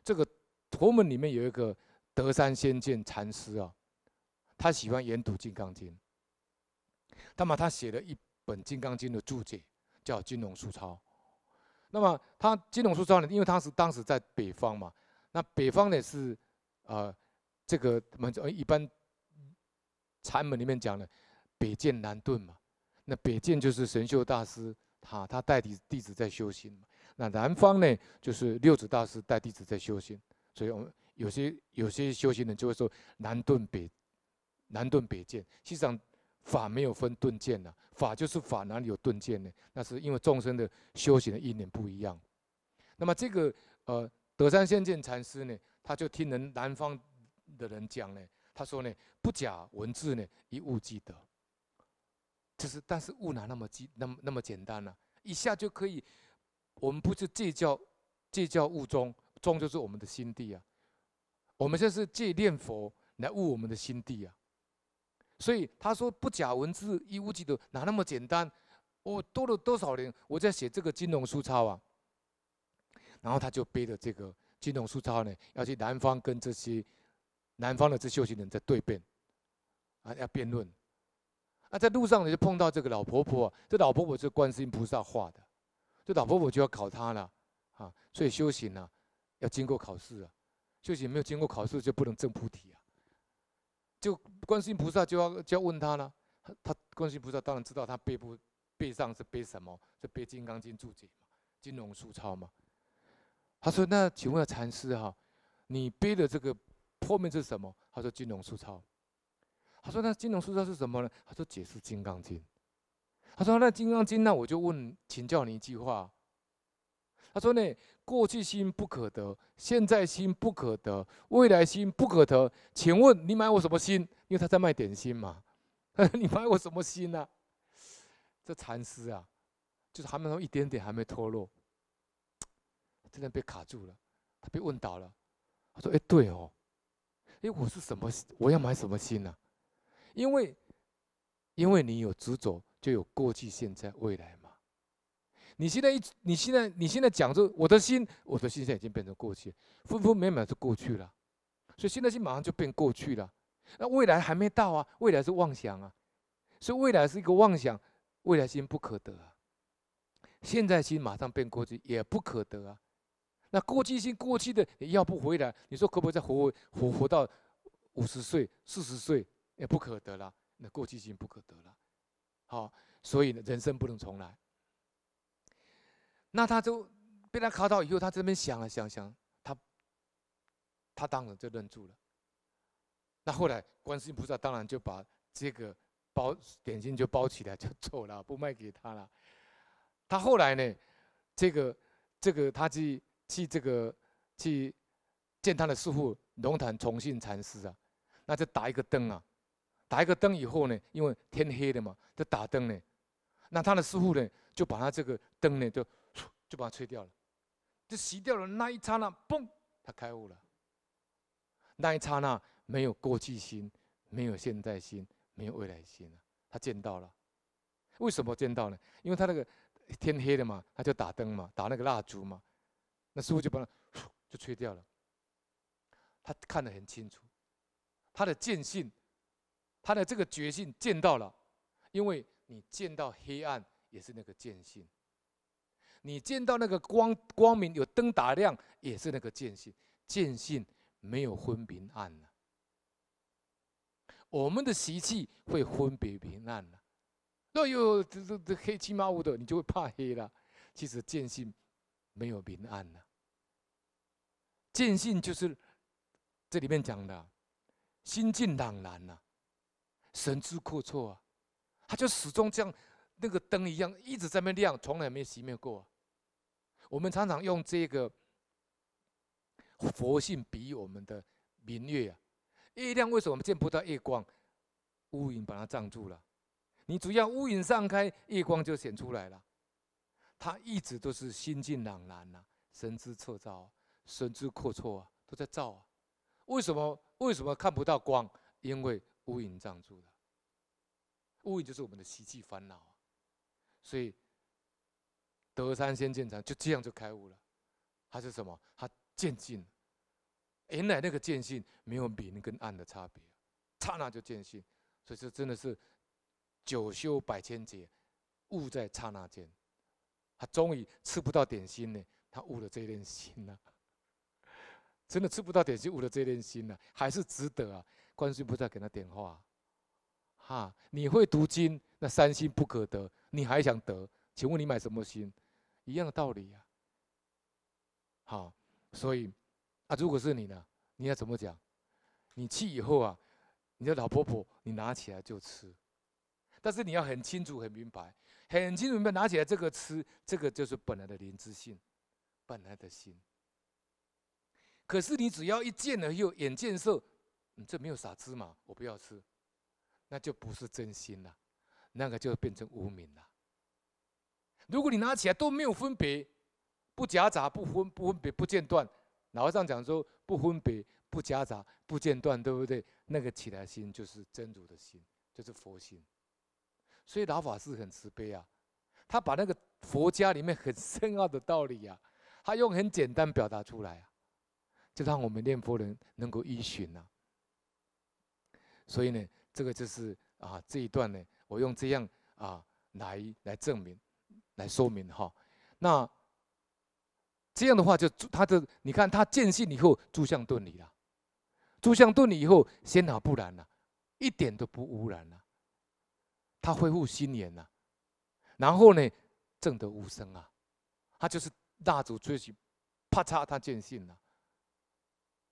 这个佛门里面有一个德山先见禅师啊，他喜欢研读《金刚经》，那么他写了一本《金刚经》的注解，叫《金龙书钞》。那么他《金龙书钞》呢，因为当时在北方嘛，那北方呢是这个我们一般禅门里面讲的北渐南顿嘛。那北渐就是神秀大师，他带弟子在修行嘛。那南方呢，就是六祖大师带弟子在修行。所以我们有些修行人就会说南顿北渐。实际上法没有分顿渐呐，法就是法，哪里有顿渐呢？那是因为众生的修行的因缘不一样。那么这个德山先见禅师呢，他就听人南方的人讲呢，他说呢，不假文字呢，一物即得。就是但是物哪那么简单呢、一下就可以。我们不是借教物中，中就是我们的心地啊。我们这是借念佛来悟我们的心地啊。所以他说不假文字一物即得，哪那么简单？我多了多少年，我在写这个金龙书钞啊。然后他就背着这个金龙书钞呢，要去南方跟这些南方的这修行人在对辩啊，要辩论。在路上呢就碰到这个老婆婆，这老婆婆是观世音菩萨画的，这老婆婆就要考她了啊。所以修行啊，要经过考试啊。修行没有经过考试就不能证菩提啊。就观世音菩萨就要问他了，观世音菩萨当然知道他背上是背什么，是背《金刚经》注解嘛，金龙书钞嘛。他说：“那请问禅师哈，你背的这个后面是什么？”他说：“金龙书钞。”他说：“那金龙书钞是什么呢？”他说：“解释《金刚经》。”他说：“那《金刚经》，那我就请教你一句话。”他说呢：“过去心不可得，现在心不可得，未来心不可得。请问你买我什么心？因为他在卖点心嘛。你买我什么心呢、啊？”这禅师啊，就是还没有一点点还没脱落，真的被卡住了，他被问倒了。他说：“哎，对哦，哎，我是什么？我要买什么心呢、啊？因为你有执着，就有过去、现在、未来嘛。你现在讲说我的心现在已经变成过去，分分秒秒就过去了，所以现在心马上就变过去了。那未来还没到啊，未来是妄想啊，所以未来是一个妄想，未来心不可得啊。现在心马上变过去也不可得啊。那过去心过去的也要不回来，你说可不可以再活到50岁、40岁？也不可得了。那过去心不可得了。好，所以呢，人生不能重来。那他就被他考到以后，他这边想了想，他当然就愣住了。那后来观世音菩萨当然就把这个点心就包起来就走了，不卖给他了。他后来呢，这个他去见他的师父龙潭崇信禅师啊，那就打一个灯啊，打一个灯以后呢，因为天黑了嘛，就打灯呢。那他的师父呢，就把他这个灯呢，就把它吹掉了，就熄掉了。那一刹那，嘣，他开悟了。那一刹那，没有过去心，没有现在心，没有未来心了，他见到了。为什么见到呢？因为他那个天黑了嘛，他就打灯嘛，打那个蜡烛嘛，那师父就把它就吹掉了。他看得很清楚，他的见性，他的这个觉性见到了。因为你见到黑暗也是那个见性，你见到那个光明有灯打亮也是那个见性，见性没有分明暗了。我们的习气会分别明暗了。那有这黑漆麻乌的，你就会怕黑了。其实见性没有明暗了，见性就是这里面讲的心境朗然呐、神知阔绰啊。他就始终像那个灯一样，一直在那亮，从来没熄灭过、啊。我们常常用这个佛性比喻我们的明月啊。月亮为什么见不到月光？乌云把它障住了。你只要乌云散开，月光就显出来了。它一直都是心境朗然啊，神知彻照啊，神知阔绰啊，都在照啊。为什么看不到光？因为乌云障住了。乌云就是我们的习气烦恼啊。所以德山先见禅就这样就开悟了。他是什么？他渐进， 原来那个见性没有明跟暗的差别，刹那就见性。所以这真的是九修百千劫，悟在刹那间。他终于吃不到点心呢，他悟了这粒心了。真的吃不到点心，悟了这粒心了，还是值得啊！观世音菩萨给他点化，哈，你会读经，那三心不可得，你还想得？请问你买什么心？一样的道理呀。好，所以啊，如果是你呢，你要怎么讲？你去以后啊，你的老婆婆你拿起来就吃，但是你要很清楚、很明白、很清楚明白，拿起来这个吃，这个就是本来的灵知性，本来的心。可是你只要一见了又眼见色，这没有撒芝麻，我不要吃，那就不是真心了，那个就变成无明了。如果你拿起来都没有分别，不夹杂、不分别、不间断，老和尚讲说不分别、不夹杂、不间断，对不对？那个起来心就是真如的心，就是佛心。所以老法师很慈悲啊，他把那个佛家里面很深奥的道理啊，他用很简单表达出来啊。就让我们念佛人能够依循啊。所以呢，这个就是啊这一段呢，我用这样啊来证明、来说明哈。那这样的话就，他的你看他见性以后，诸相顿离了，诸相顿离以后，仙脑不染了，一点都不污染了，他恢复心眼了，然后呢，证得无生啊，他就是蜡烛吹起，啪嚓，他见性了。